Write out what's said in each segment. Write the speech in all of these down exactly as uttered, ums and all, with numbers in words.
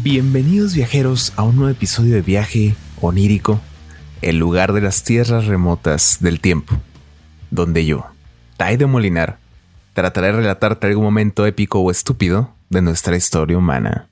Bienvenidos viajeros a un nuevo episodio de Viaje Onírico, el lugar de las tierras remotas del tiempo, donde yo, Tai de Molinar, trataré de relatarte algún momento épico o estúpido de nuestra historia humana.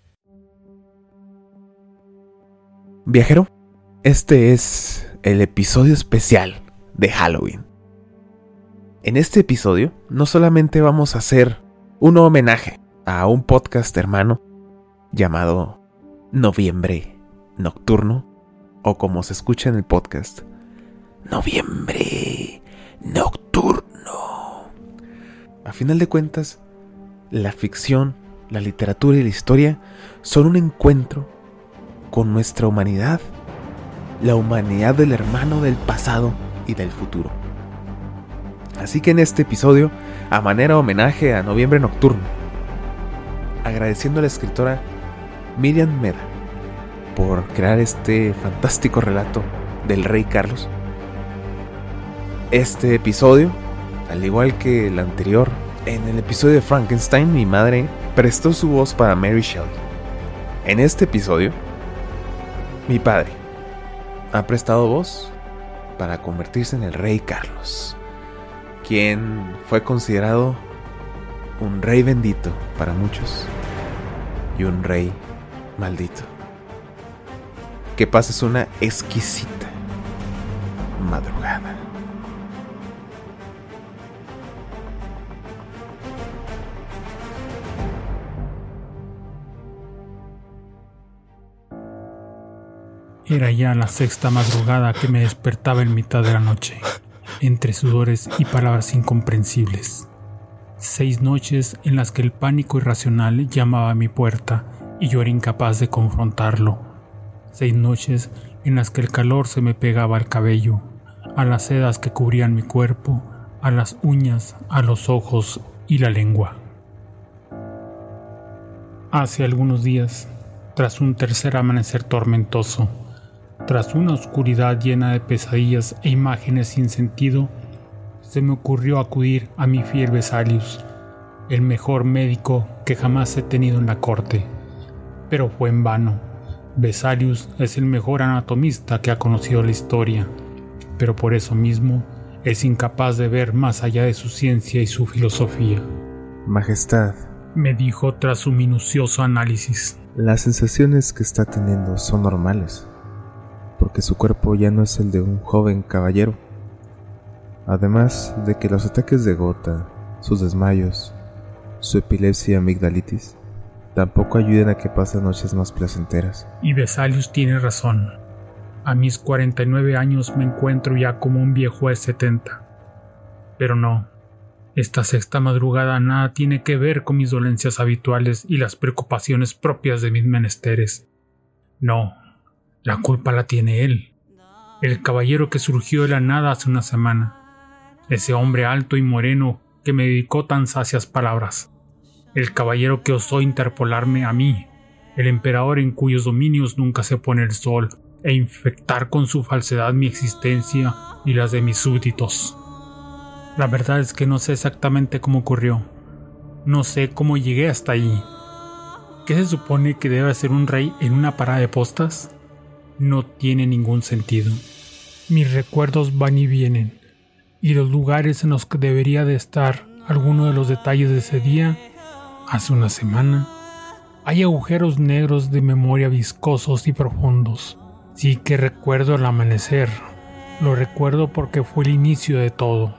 Viajero, este es el episodio especial de Halloween. En este episodio no solamente vamos a hacer un homenaje a un podcast hermano llamado Noviembre Nocturno, o como se escucha en el podcast, Noviembre Nocturno. A final de cuentas, la ficción, la literatura y la historia son un encuentro con nuestra humanidad, la humanidad del hermano del pasado y del futuro. Así que en este episodio, a manera de homenaje a Noviembre Nocturno, agradeciendo a la escritora Miriam Meda por crear este fantástico relato del Rey Carlos. Este episodio, al igual que el anterior, en el episodio de Frankenstein, mi madre prestó su voz para Mary Shelley. En este episodio, mi padre ha prestado voz para convertirse en el Rey Carlos, quien fue considerado un rey bendito para muchos y un rey maldito. Que pases una exquisita madrugada. Era ya la sexta madrugada que me despertaba en mitad de la noche, entre sudores y palabras incomprensibles. Seis noches en las que el pánico irracional llamaba a mi puerta y yo era incapaz de confrontarlo. Seis noches en las que el calor se me pegaba al cabello, a las sedas que cubrían mi cuerpo, a las uñas, a los ojos y la lengua. Hace algunos días, tras un tercer amanecer tormentoso, tras una oscuridad llena de pesadillas e imágenes sin sentido, se me ocurrió acudir a mi fiel Vesalius, el mejor médico que jamás he tenido en la corte. Pero fue en vano. Vesalius es el mejor anatomista que ha conocido la historia, pero por eso mismo es incapaz de ver más allá de su ciencia y su filosofía. Majestad, me dijo tras su minucioso análisis, las sensaciones que está teniendo son normales, porque su cuerpo ya no es el de un joven caballero. Además de que los ataques de gota, sus desmayos, su epilepsia y amigdalitis tampoco ayudan a que pasen noches más placenteras. Y Vesalius tiene razón. A mis cuarenta y nueve años me encuentro ya como un viejo de setenta. Pero no, esta sexta madrugada nada tiene que ver con mis dolencias habituales y las preocupaciones propias de mis menesteres. No, la culpa la tiene él, el caballero que surgió de la nada hace una semana. Ese hombre alto y moreno que me dedicó tan sacias palabras. El caballero que osó interpolarme a mí, el emperador en cuyos dominios nunca se pone el sol, e infectar con su falsedad mi existencia y las de mis súbditos. La verdad es que no sé exactamente cómo ocurrió. No sé cómo llegué hasta ahí. ¿Qué se supone que debe hacer un rey en una parada de postas? No tiene ningún sentido. Mis recuerdos van y vienen, y los lugares en los que debería de estar alguno de los detalles de ese día, hace una semana, hay agujeros negros de memoria viscosos y profundos. Sí que recuerdo el amanecer, lo recuerdo porque fue el inicio de todo.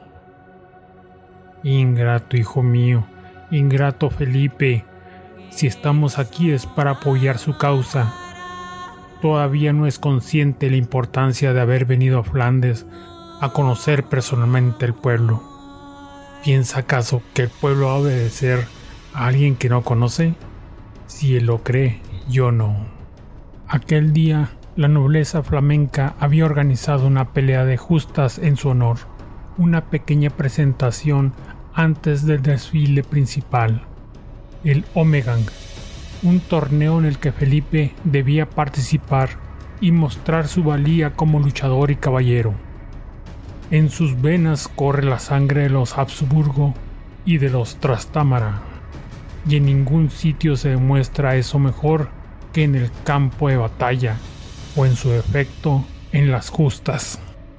Ingrato, hijo mío, ingrato Felipe, si estamos aquí es para apoyar su causa. Todavía no es consciente la importancia de haber venido a Flandes a conocer personalmente el pueblo. ¿Piensa acaso que el pueblo ha de obedecer a alguien que no conoce? Si él lo cree, yo no. Aquel día, la nobleza flamenca había organizado una pelea de justas en su honor, una pequeña presentación antes del desfile principal, el Omegang, un torneo en el que Felipe debía participar y mostrar su valía como luchador y caballero. En sus venas corre la sangre de los Habsburgo y de los Trastámara, y en ningún sitio se demuestra eso mejor que en el campo de batalla, o en su defecto, en las justas.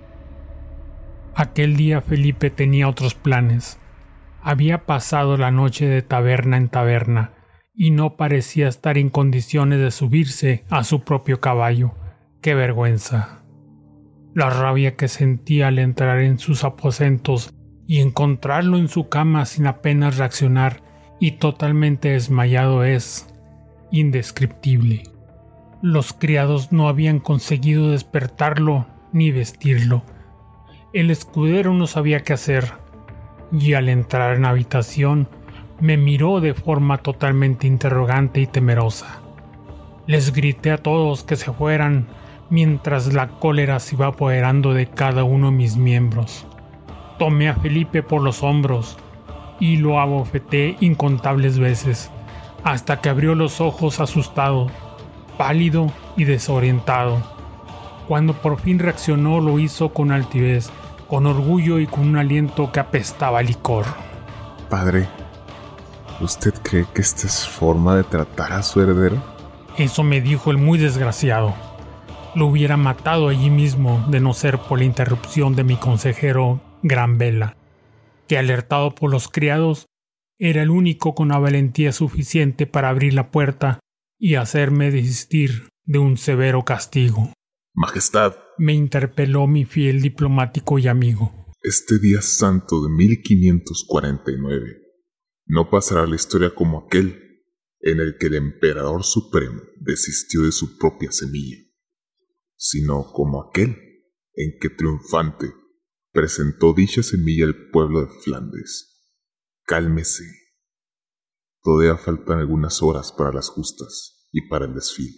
Aquel día Felipe tenía otros planes. Había pasado la noche de taberna en taberna y no parecía estar en condiciones de subirse a su propio caballo. ¡Qué vergüenza! La rabia que sentía al entrar en sus aposentos y encontrarlo en su cama sin apenas reaccionar y totalmente desmayado es indescriptible. Los criados no habían conseguido despertarlo ni vestirlo. El escudero no sabía qué hacer, y al entrar en la habitación me miró de forma totalmente interrogante y temerosa. Les grité a todos que se fueran, mientras la cólera se iba apoderando de cada uno de mis miembros. Tomé a Felipe por los hombros y lo abofeté incontables veces, hasta que abrió los ojos asustado, pálido y desorientado. Cuando por fin reaccionó, lo hizo con altivez, con orgullo y con un aliento que apestaba a licor. Padre, ¿usted cree que esta es forma de tratar a su heredero? Eso me dijo el muy desgraciado. Lo hubiera matado allí mismo de no ser por la interrupción de mi consejero Granvela, que alertado por los criados, era el único con la valentía suficiente para abrir la puerta y hacerme desistir de un severo castigo. Majestad, me interpeló mi fiel diplomático y amigo. Este día santo de mil quinientos cuarenta y nueve no pasará a la historia como aquel en el que el emperador supremo desistió de su propia semilla, sino como aquel en que triunfante presentó dicha semilla al pueblo de Flandes. Cálmese. Todavía faltan algunas horas para las justas y para el desfile.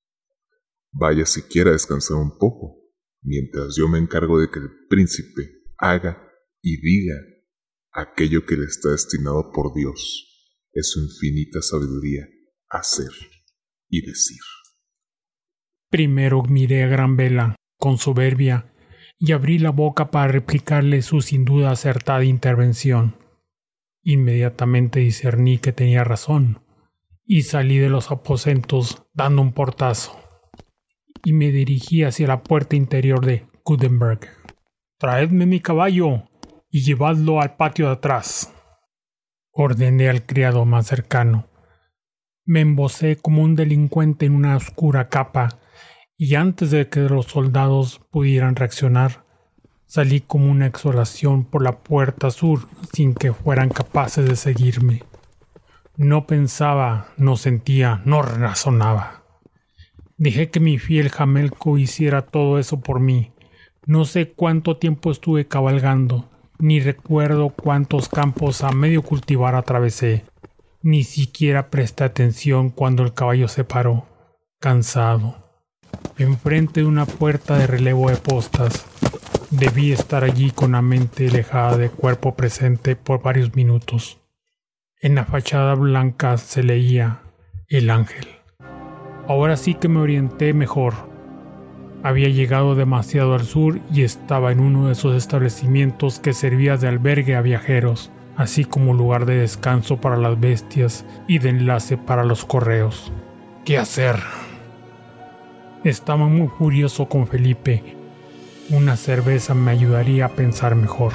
Vaya siquiera a descansar un poco, mientras yo me encargo de que el príncipe haga y diga aquello que le está destinado por Dios, es su infinita sabiduría, hacer y decir. Primero miré a Granvela con soberbia y abrí la boca para replicarle su sin duda acertada intervención. Inmediatamente discerní que tenía razón y salí de los aposentos dando un portazo y me dirigí hacia la puerta interior de Gutenberg. «Traedme mi caballo y llevadlo al patio de atrás», ordené al criado más cercano. Me embocé como un delincuente en una oscura capa y antes de que los soldados pudieran reaccionar, salí como una exhalación por la puerta sur sin que fueran capaces de seguirme. No pensaba, no sentía, no razonaba. Dejé que mi fiel Jamelco hiciera todo eso por mí. No sé cuánto tiempo estuve cabalgando, ni recuerdo cuántos campos a medio cultivar atravesé. Ni siquiera presté atención cuando el caballo se paró, cansado, enfrente de una puerta de relevo de postas. Debí estar allí con la mente alejada de cuerpo presente por varios minutos. En la fachada blanca se leía El Ángel. Ahora sí que me orienté mejor. Había llegado demasiado al sur y estaba en uno de esos establecimientos que servía de albergue a viajeros, así como lugar de descanso para las bestias y de enlace para los correos. ¿Qué hacer? Estaba muy furioso con Felipe. Una cerveza me ayudaría a pensar mejor.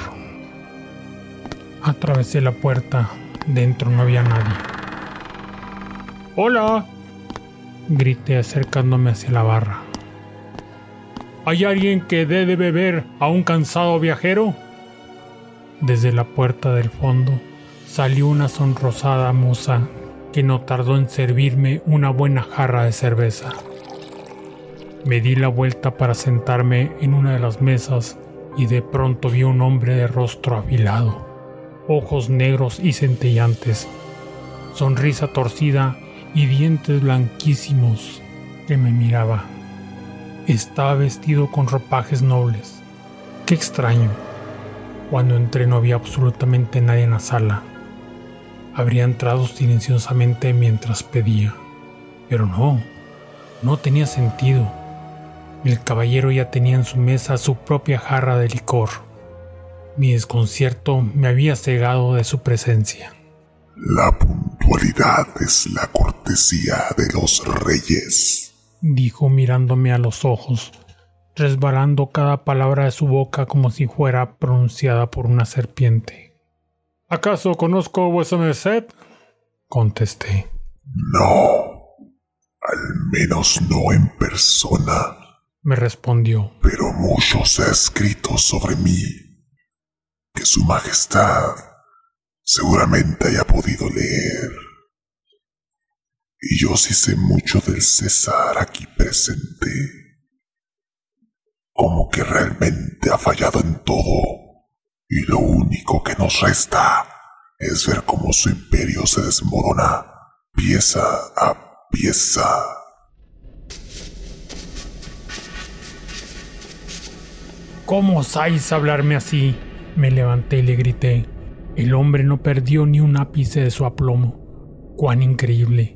Atravesé la puerta. Dentro no había nadie. ¡Hola!, grité acercándome hacia la barra. ¿Hay alguien que dé de beber a un cansado viajero? Desde la puerta del fondo salió una sonrosada moza que no tardó en servirme una buena jarra de cerveza. Me di la vuelta para sentarme en una de las mesas y de pronto vi un hombre de rostro afilado, ojos negros y centellantes, sonrisa torcida y dientes blanquísimos que me miraba. Estaba vestido con ropajes nobles. Qué extraño. Cuando entré no había absolutamente nadie en la sala. Habría entrado silenciosamente mientras pedía. Pero no, no tenía sentido. El caballero ya tenía en su mesa su propia jarra de licor. Mi desconcierto me había cegado de su presencia. La puntualidad es la cortesía de los reyes, dijo mirándome a los ojos, resbalando cada palabra de su boca como si fuera pronunciada por una serpiente. ¿Acaso conozco a vuesa merced? Contesté. No, al menos no en persona, me respondió. Pero mucho se ha escrito sobre mí, que su majestad seguramente haya podido leer. Y yo sí sé mucho del César aquí presente. Como que realmente ha fallado en todo, y lo único que nos resta es ver cómo su imperio se desmorona pieza a pieza. ¿Cómo osáis hablarme así? Me levanté y le grité. El hombre no perdió ni un ápice de su aplomo. ¡Cuán increíble!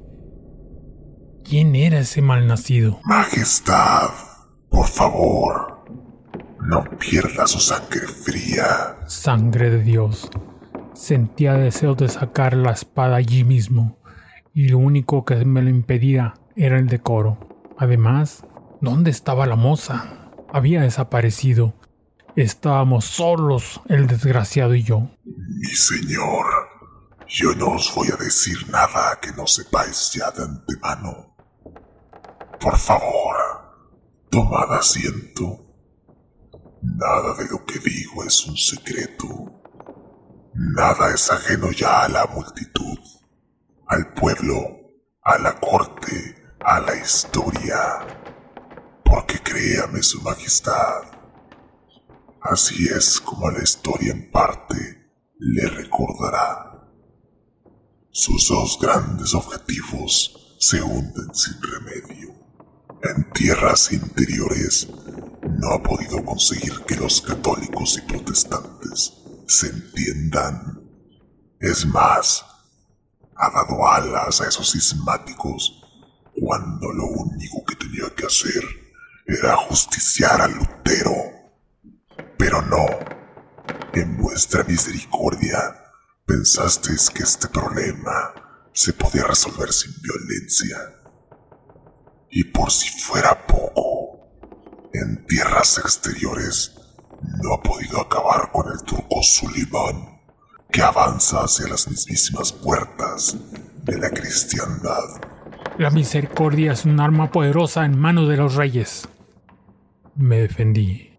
¿Quién era ese malnacido? Majestad, por favor, no pierda su sangre fría. Sangre de Dios. Sentía deseos de sacar la espada allí mismo, y lo único que me lo impedía era el decoro. Además, ¿dónde estaba la moza? Había desaparecido. Estábamos solos, el desgraciado y yo. Mi señor, yo no os voy a decir nada que no sepáis ya de antemano. Por favor, tomad asiento. Nada de lo que digo es un secreto. Nada es ajeno ya a la multitud, al pueblo, a la corte, a la historia. Porque créame, su majestad, así es como la historia en parte le recordará. Sus dos grandes objetivos se hunden sin remedio. En tierras interiores no ha podido conseguir que los católicos y protestantes se entiendan. Es más, ha dado alas a esos cismáticos cuando lo único que tenía que hacer era justiciar a Lutero. Pero no, en vuestra misericordia pensasteis que este problema se podía resolver sin violencia. Y por si fuera poco, en tierras exteriores no ha podido acabar con el turco Sulimán, que avanza hacia las mismísimas puertas de la cristiandad. La misericordia es un arma poderosa en manos de los reyes. Me defendí.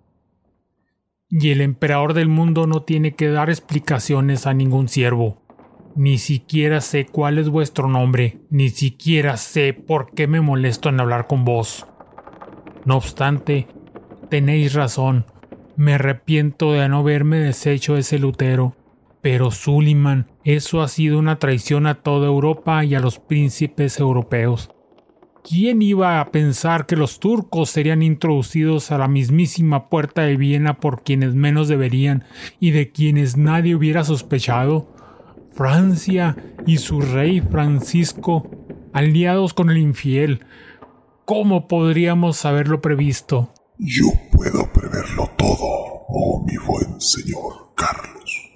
Y el emperador del mundo no tiene que dar explicaciones a ningún siervo. Ni siquiera sé cuál es vuestro nombre, ni siquiera sé por qué me molesto en hablar con vos. No obstante, tenéis razón. Me arrepiento de no haberme deshecho ese Lutero. Pero Sulimán, eso ha sido una traición a toda Europa y a los príncipes europeos. ¿Quién iba a pensar que los turcos serían introducidos a la mismísima puerta de Viena por quienes menos deberían y de quienes nadie hubiera sospechado? Francia y su rey Francisco, aliados con el infiel. ¿Cómo podríamos haberlo previsto? Yo puedo preverlo todo, oh mi buen señor Carlos.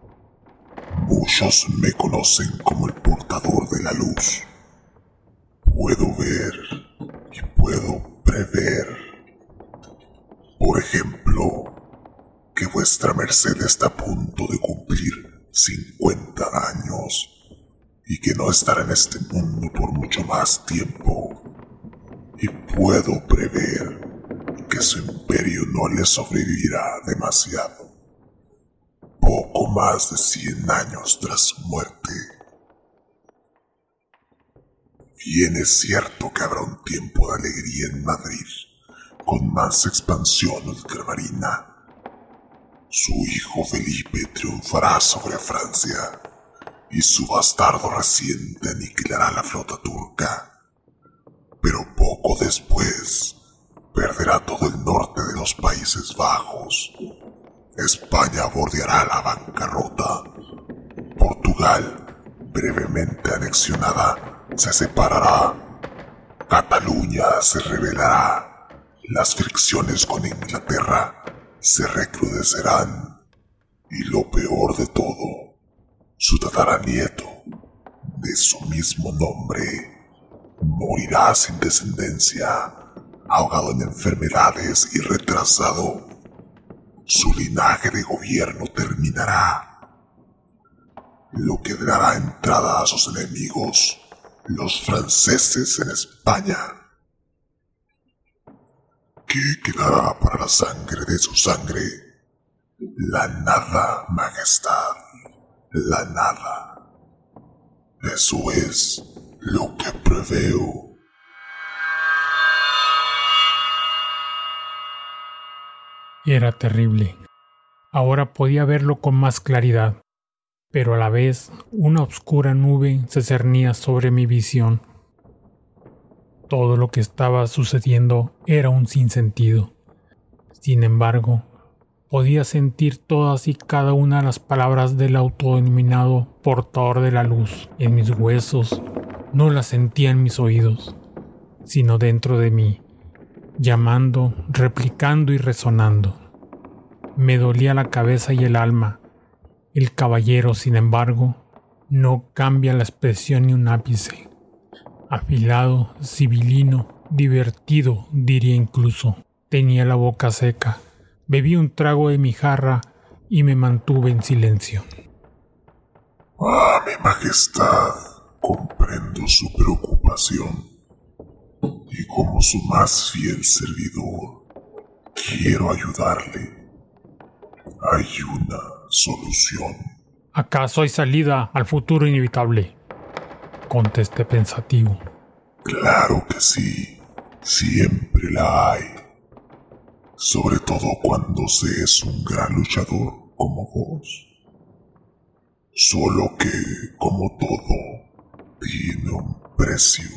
Muchos me conocen como el portador de la luz. Puedo ver y puedo prever. Por ejemplo, que vuestra merced está a punto de cumplir cincuenta años y que no estará en este mundo por mucho más tiempo. Y puedo prever que su imperio no le sobrevivirá demasiado. Poco más de cien años tras su muerte. Bien es cierto que habrá un tiempo de alegría en Madrid, con más expansión ultramarina. Su hijo Felipe triunfará sobre Francia, y su bastardo reciente aniquilará la flota turca. Pero poco después, perderá todo el norte de los Países Bajos. España bordeará la bancarrota. Portugal, brevemente anexionada, se separará. Cataluña se rebelará. Las fricciones con Inglaterra se recrudecerán. Y lo peor de todo, su tataranieto, de su mismo nombre, morirá sin descendencia, ahogado en enfermedades y retrasado. Su linaje de gobierno terminará, lo que dará entrada a sus enemigos, los franceses en España. ¿Qué quedará para la sangre de su sangre? La nada, majestad, la nada. Eso es lo que preveo. Era terrible. Ahora podía verlo con más claridad, pero a la vez una oscura nube se cernía sobre mi visión. Todo lo que estaba sucediendo era un sinsentido. Sin embargo, podía sentir todas y cada una de las palabras del autodenominado portador de la luz en mis huesos. No las sentía en mis oídos, sino dentro de mí, llamando, replicando y resonando. Me dolía la cabeza y el alma. El caballero, sin embargo, no cambia la expresión ni un ápice. Afilado, sibilino, divertido, diría incluso. Tenía la boca seca. Bebí un trago de mi jarra y me mantuve en silencio. Ah, mi majestad, comprendo su preocupación. Y como su más fiel servidor, quiero ayudarle. Hay una solución. ¿Acaso hay salida al futuro inevitable?, contesté pensativo. Claro que sí, siempre la hay. Sobre todo cuando se es un gran luchador como vos. Solo que, como todo, tiene un precio.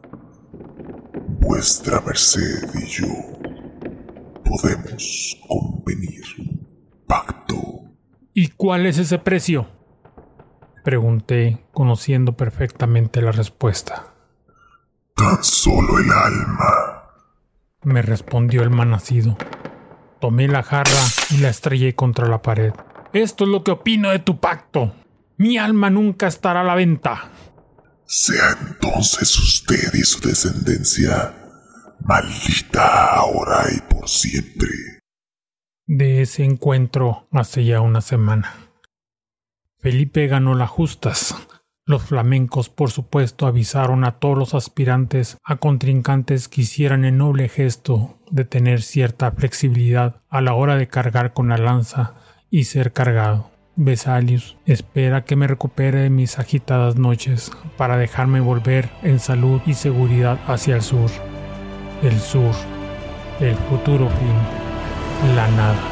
Vuestra merced y yo podemos convenir un pacto. ¿Y cuál es ese precio?, pregunté, conociendo perfectamente la respuesta. Tan solo el alma, me respondió el mal nacido. Tomé la jarra y la estrellé contra la pared. Esto es lo que opino de tu pacto. Mi alma nunca estará a la venta. Sea entonces usted y su descendencia maldita ahora y por siempre. De ese encuentro hace ya una semana. Felipe ganó las justas. Los flamencos, por supuesto, avisaron a todos los aspirantes a contrincantes que hicieran el noble gesto de tener cierta flexibilidad a la hora de cargar con la lanza y ser cargado. Vesalius espera que me recupere de mis agitadas noches para dejarme volver en salud y seguridad hacia el sur. El sur, el futuro fin, la nada.